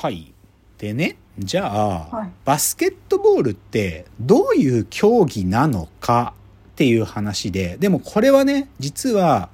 はい。でね、じゃあ、 はい。 バスケットボールってどういう競技なのかっていう話で、でもこれはね、実は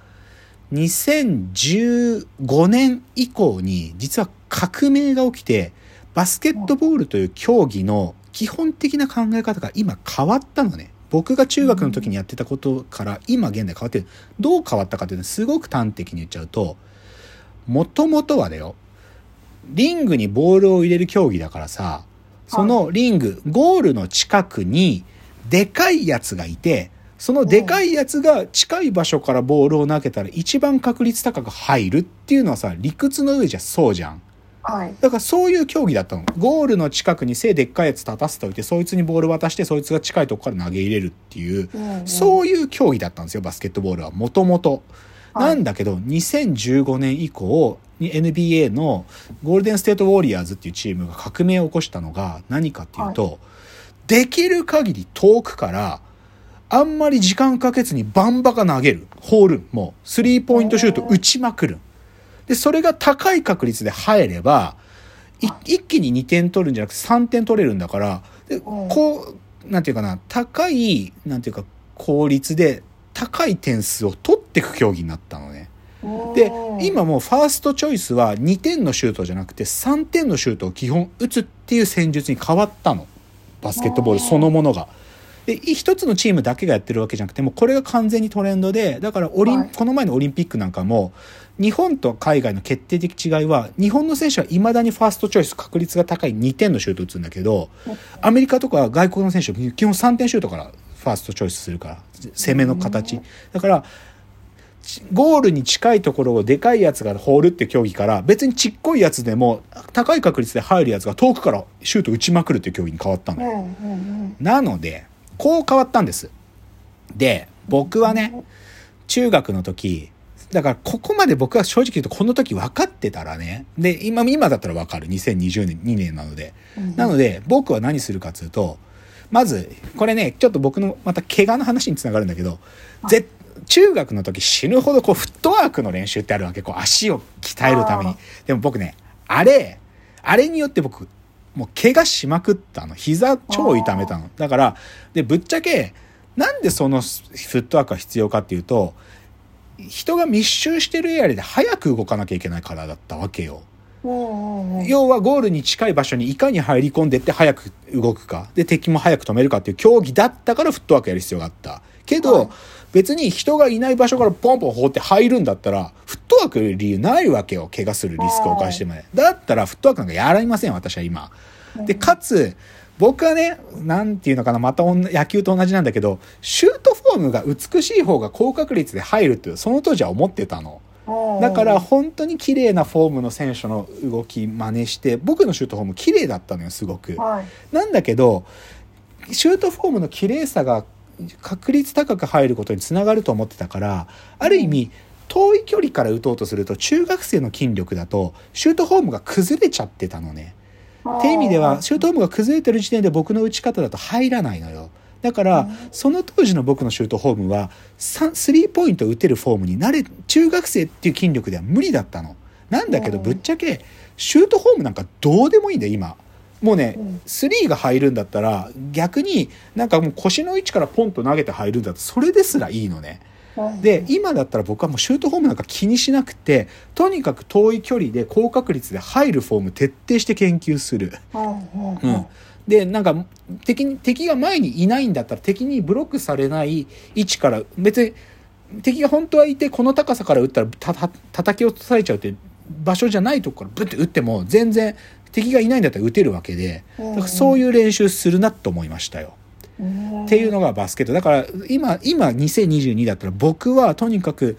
2015年以降に実は革命が起きて、バスケットボールという競技の基本的な考え方が今変わったのね。僕が中学の時にやってたことから今現在変わってる。どう変わったかというと、すごく端的に言っちゃうと、もともとはだよ、リングにボールを入れる競技だからさ、そのリング、ゴールの近くにでかいやつがいて、そのでかいやつが近い場所からボールを投げたら一番確率高く入るっていうのはさ、理屈の上じゃそうじゃん。 はい。 だからそういう競技だったの。ゴールの近くに背でっかいやつ立たせておいて、そいつにボール渡してそいつが近いとこから投げ入れるっていう、そういう競技だったんですよ、バスケットボールはもともと。なんだけど2015年以降に NBA のゴールデンステートウォリアーズっていうチームが革命を起こしたのが何かっていうと、できる限り遠くからあんまり時間かけずにバンバカ投げる、放る、もうスリーポイントシュート打ちまくる。でそれが高い確率で入れば一気に2点取るんじゃなくて3点取れるんだから、でこうなんていうかな、高いなんていうか効率で高い点数を取っていく競技になったのね。で今もうファーストチョイスは2点のシュートじゃなくて3点のシュートを基本打つっていう戦術に変わったの、バスケットボールそのものが。で一つのチームだけがやってるわけじゃなくて、もうこれが完全にトレンドで、だからこの前のオリンピックなんかも日本と海外の決定的違いは、日本の選手は未だにファーストチョイス確率が高い2点のシュート打つんだけど、アメリカとか外国の選手は基本3点シュートからファーストチョイスするから、攻めの形だから、ゴールに近いところをでかいやつが放るっていう競技から、別にちっこいやつでも高い確率で入るやつが遠くからシュート打ちまくるっていう競技に変わったのよ。なのでこう変わったんです。で僕はね、中学の時だから、ここまで僕は正直言うとこの時分かってたらね、で今だったら分かる、2020年2年なので、なので僕は何するかというと、まずこれね、ちょっと僕のまた怪我の話につながるんだけど、中学の時死ぬほどこうフットワークの練習ってあるわけ、こう足を鍛えるために。でも僕ね、あれによって僕もう怪我しまくったの。膝超痛めたの。だからでぶっちゃけなんでそのフットワークが必要かっていうと、人が密集してるエリアで早く動かなきゃいけないからだったわけよ。要はゴールに近い場所にいかに入り込んでって早く動くかで、敵も早く止めるかっていう競技だったからフットワークやる必要があったけど、別に人がいない場所からポンポン放って入るんだったらフットワークやる理由ないわけよ。怪我するリスクを冒してまで。だったらフットワークなんかやりません、私は今。でかつ僕はね、なんていうのかな、また野球と同じなんだけど、シュートフォームが美しい方が高確率で入るってその当時は思ってたの。だから本当に綺麗なフォームの選手の動き真似して、僕のシュートフォーム綺麗だったのよ、すごく。なんだけどシュートフォームの綺麗さが確率高く入ることにつながると思ってたから、ある意味遠い距離から打とうとすると中学生の筋力だとシュートフォームが崩れちゃってたのね。って意味ではシュートフォームが崩れてる時点で僕の打ち方だと入らないのよ。だからその当時の僕のシュートフォームはスリーポイント打てるフォームに中学生っていう筋力では無理だったの。なんだけどぶっちゃけシュートフォームなんかどうでもいいんだよ今。もうね、スリーが入るんだったら逆になんかもう腰の位置からポンと投げて入るんだったらそれですらいいのね。で今だったら僕はもうシュートフォームなんか気にしなくて、とにかく遠い距離で高確率で入るフォーム徹底して研究する。でなんか敵が前にいないんだったら敵にブロックされない位置から、別に敵が本当はいてこの高さから打ったら叩き落とされちゃうって場所じゃないとこからブッて打っても全然敵がいないんだったら打てるわけで、だからそういう練習するなと思いましたよ。っていうのがバスケットだから、今2022だったら僕はとにかく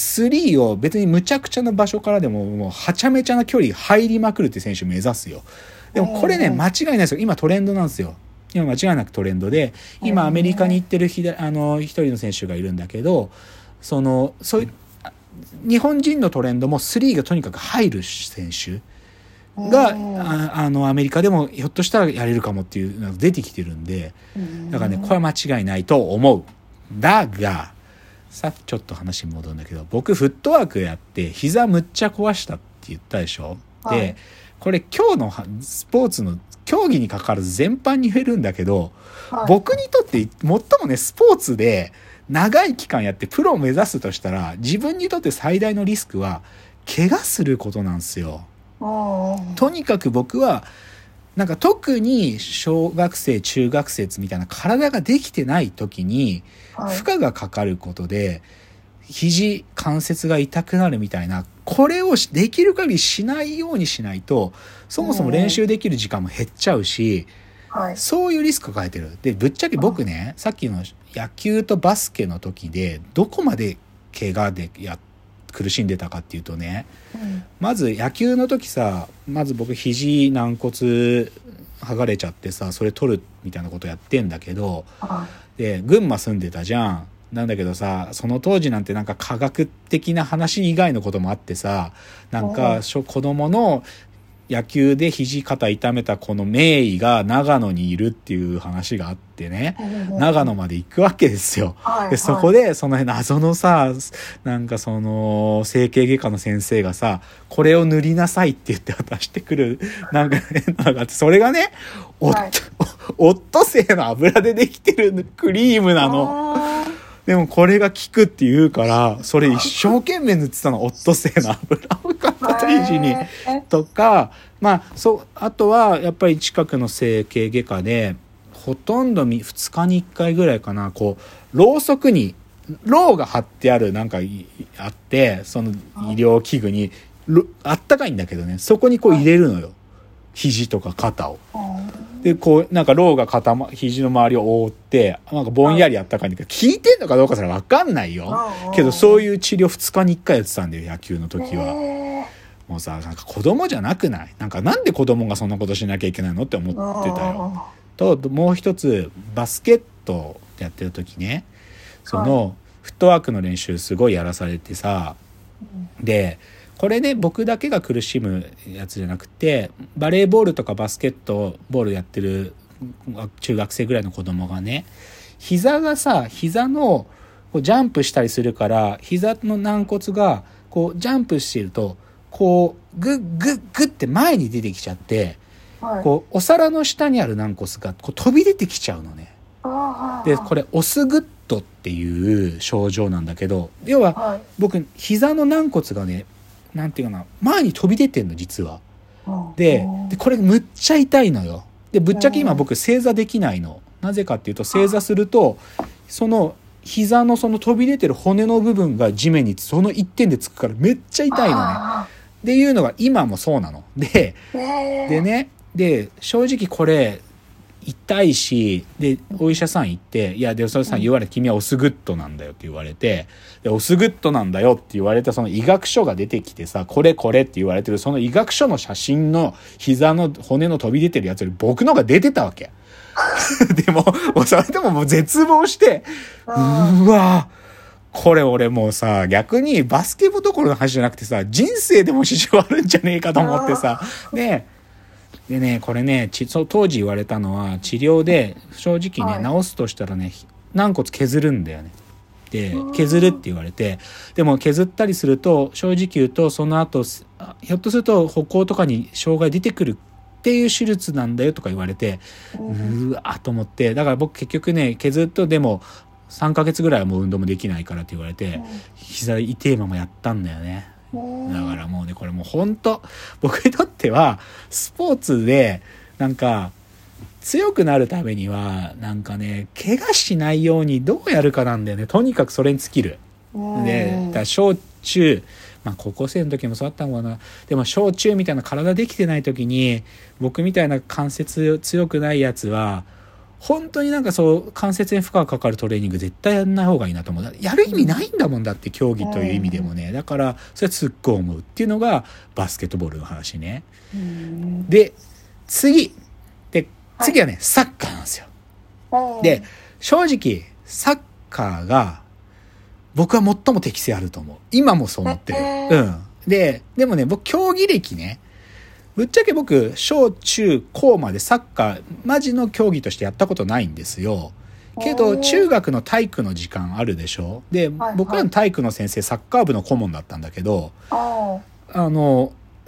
3を別にむちゃくちゃな場所からでももうはちゃめちゃな距離入りまくるって選手目指すよ。でもこれね間違いないですよ。今トレンドなんですよ。今間違いなくトレンドで、今アメリカに行ってる一人の選手がいるんだけど、そういう日本人のトレンドも3がとにかく入る選手がアメリカでもひょっとしたらやれるかもっていうのが出てきてるんで、だからねこれは間違いないと思う。だがさっきちょっと話に戻るんだけど、僕フットワークやって膝むっちゃ壊したって言ったでしょ。でこれ今日のスポーツの競技にかかわらず全般に言えるんだけど、 はい、 僕にとって最もね、スポーツで長い期間やってプロを目指すとしたら、自分にとって最大のリスクは怪我することなんですよ。とにかく僕はなんか特に小学生中学生みたいな体ができてない時に負荷がかかることで肘関節が痛くなるみたいな、これをできる限りしないようにしないとそもそも練習できる時間も減っちゃうし、そういうリスクを抱えてる。でぶっちゃけ僕ね、さっきの野球とバスケの時でどこまで怪我で苦しんでたかっていうとね、まず野球の時さ、まず僕肘軟骨剥がれちゃってさ、それ取るみたいなことやってんだけど、で群馬住んでたじゃん。なんだけどさ、その当時なんてなんか科学的な話以外のこともあってさ、なんか子供の野球で肘肩痛めたこの名医が長野にいるっていう話があってね、長野まで行くわけですよ。でそこでその謎のさ、なんかその整形外科の先生がさ、これを塗りなさいって言って渡してくるなんか変なのがあって、それがね、オットセイの油でできてるクリームなの。でもこれが効くって言うから、それ一生懸命塗ってたの、オットセイの油を肩肘にとか、まああとはやっぱり近くの整形外科でほとんど2日に1回ぐらいかな、こうろうそくにろうが貼ってあるなんかあって、その医療器具にあったかいんだけどね、そこにこう入れるのよ、肘とか肩を。でこうなんかローが肘の周りを覆ってなんかぼんやりあったかいんだけど、効いてんのかどうかそれ分かんないよけど、そういう治療2日に1回やってたんだよ、野球の時は。もうさ、なんか子供じゃなくない？なんで子供がそんなことしなきゃいけないのって思ってたよ。ともう一つ、バスケットやってる時ね、そのフットワークの練習すごいやらされてさ、でこれね、僕だけが苦しむやつじゃなくて、バレーボールとかバスケットボールやってる中学生ぐらいの子供がね、膝のこうジャンプしたりするから、膝の軟骨がこうジャンプしてるとこうグッって前に出てきちゃって、こうお皿の下にある軟骨がこう飛び出てきちゃうのね。でこれオスグッドっていう症状なんだけど、要は僕膝の軟骨がね、なんていうかな、前に飛び出てんの実は。でこれむっちゃ痛いのよ。でぶっちゃけ今僕正座できないの。なぜかっていうと、正座するとその膝のその飛び出てる骨の部分が地面にその一点でつくからめっちゃ痛いのね。っていうのが今もそうなの。で正直これ痛いし、でお医者さん行って、いやでそれさん言われて、君はオスグッドなんだよって言われて、でオスグッドなんだよって言われたその医学書が出てきてさ、これって言われてるその医学書の写真の膝の骨の飛び出てるやつより僕のが出てたわけ。でもそれでももう絶望して、うわこれ俺もうさ、逆にバスケ部どころの話じゃなくてさ、人生でも支障あるんじゃねえかと思ってさ、でね、これね、当時言われたのは、治療で正直ね、治すとしたらね、軟骨削るんだよね。で削るって言われて、でも削ったりすると正直言うと、その後ひょっとすると歩行とかに障害出てくるっていう手術なんだよとか言われて、うわーと思って、だから僕結局ね、削るとでも3ヶ月ぐらいはもう運動もできないからって言われて、膝痛いままやったんだよね。だからもうね、これもう本当僕にとってはスポーツでなんか強くなるためにはなんかね、怪我しないようにどうやるかなんだよね。とにかくそれに尽きる。でだから小中、まあ高校生の時もそうだったのかな。でも小中みたいな体できてない時に、僕みたいな関節強くないやつは本当になんかそう関節に負荷がかかるトレーニング絶対やんない方がいいなと思う。やる意味ないんだもんだって、競技という意味でもね。だからそれはすっごい思うっていうのがバスケットボールの話ね。で次はね、サッカーなんですよ。で正直サッカーが僕は最も適性あると思う。今もそう思ってる。でもね、僕競技歴ね、ぶっちゃけ僕小中高までサッカーマジの競技としてやったことないんですよ。けど中学の体育の時間あるでしょ。で僕らの体育の先生サッカー部の顧問だったんだけど、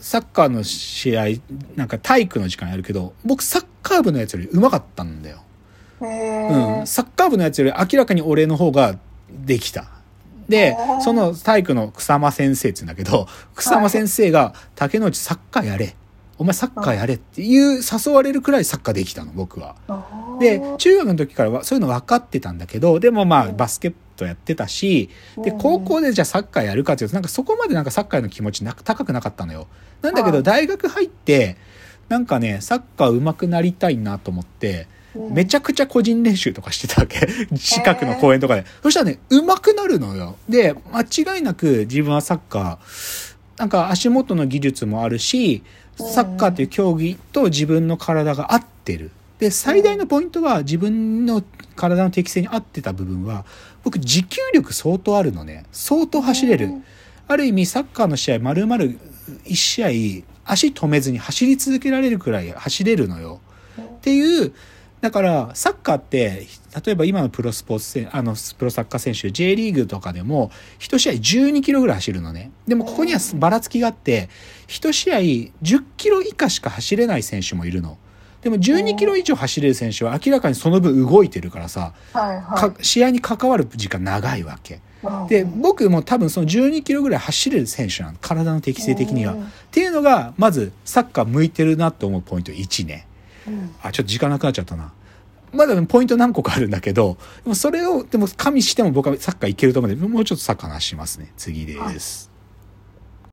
サッカーの試合、なんか体育の時間やるけど、僕サッカー部のやつより上手かったんだよ。うん。サッカー部のやつより明らかに俺の方ができた。で、その体育の草間先生って言うんだけど、草間先生が、竹之内サッカーやれ。お前サッカーやれっていう誘われるくらいサッカーできたの、僕は。で、中学の時からはそういうの分かってたんだけど、でもまあバスケットやってたし、で、高校でじゃあサッカーやるかっていうと、なんかそこまでなんかサッカーへの気持ち高くなかったのよ。なんだけど大学入って、なんかね、サッカー上手くなりたいなと思って、めちゃくちゃ個人練習とかしてたわけ。近くの公園とかで。そしたらね、上手くなるのよ。で、間違いなく自分はサッカー、なんか足元の技術もあるし、サッカーっていう競技と自分の体が合ってる。で、最大のポイントは自分の体の適性に合ってた部分は、僕持久力相当あるのね。相当走れる。ある意味サッカーの試合丸々1試合足止めずに走り続けられるくらい走れるのよ。っていう、だからサッカーって例えば今のプロサッカー選手 J リーグとかでも1試合12キロぐらい走るのね。でもここにはばらつきがあって1試合10キロ以下しか走れない選手もいるの。でも12キロ以上走れる選手は明らかにその分動いてるからさ、試合に関わる時間長いわけ。で、僕も多分その12キロぐらい走れる選手なの。体の適性的には。っていうのがまずサッカー向いてるなと思うポイント1ね。ちょっと時間なくなっちゃったな。まだポイント何個かあるんだけど、それをでも加味しても僕はサッカーいけると思うので、もうちょっとサッカー話しますね。次です。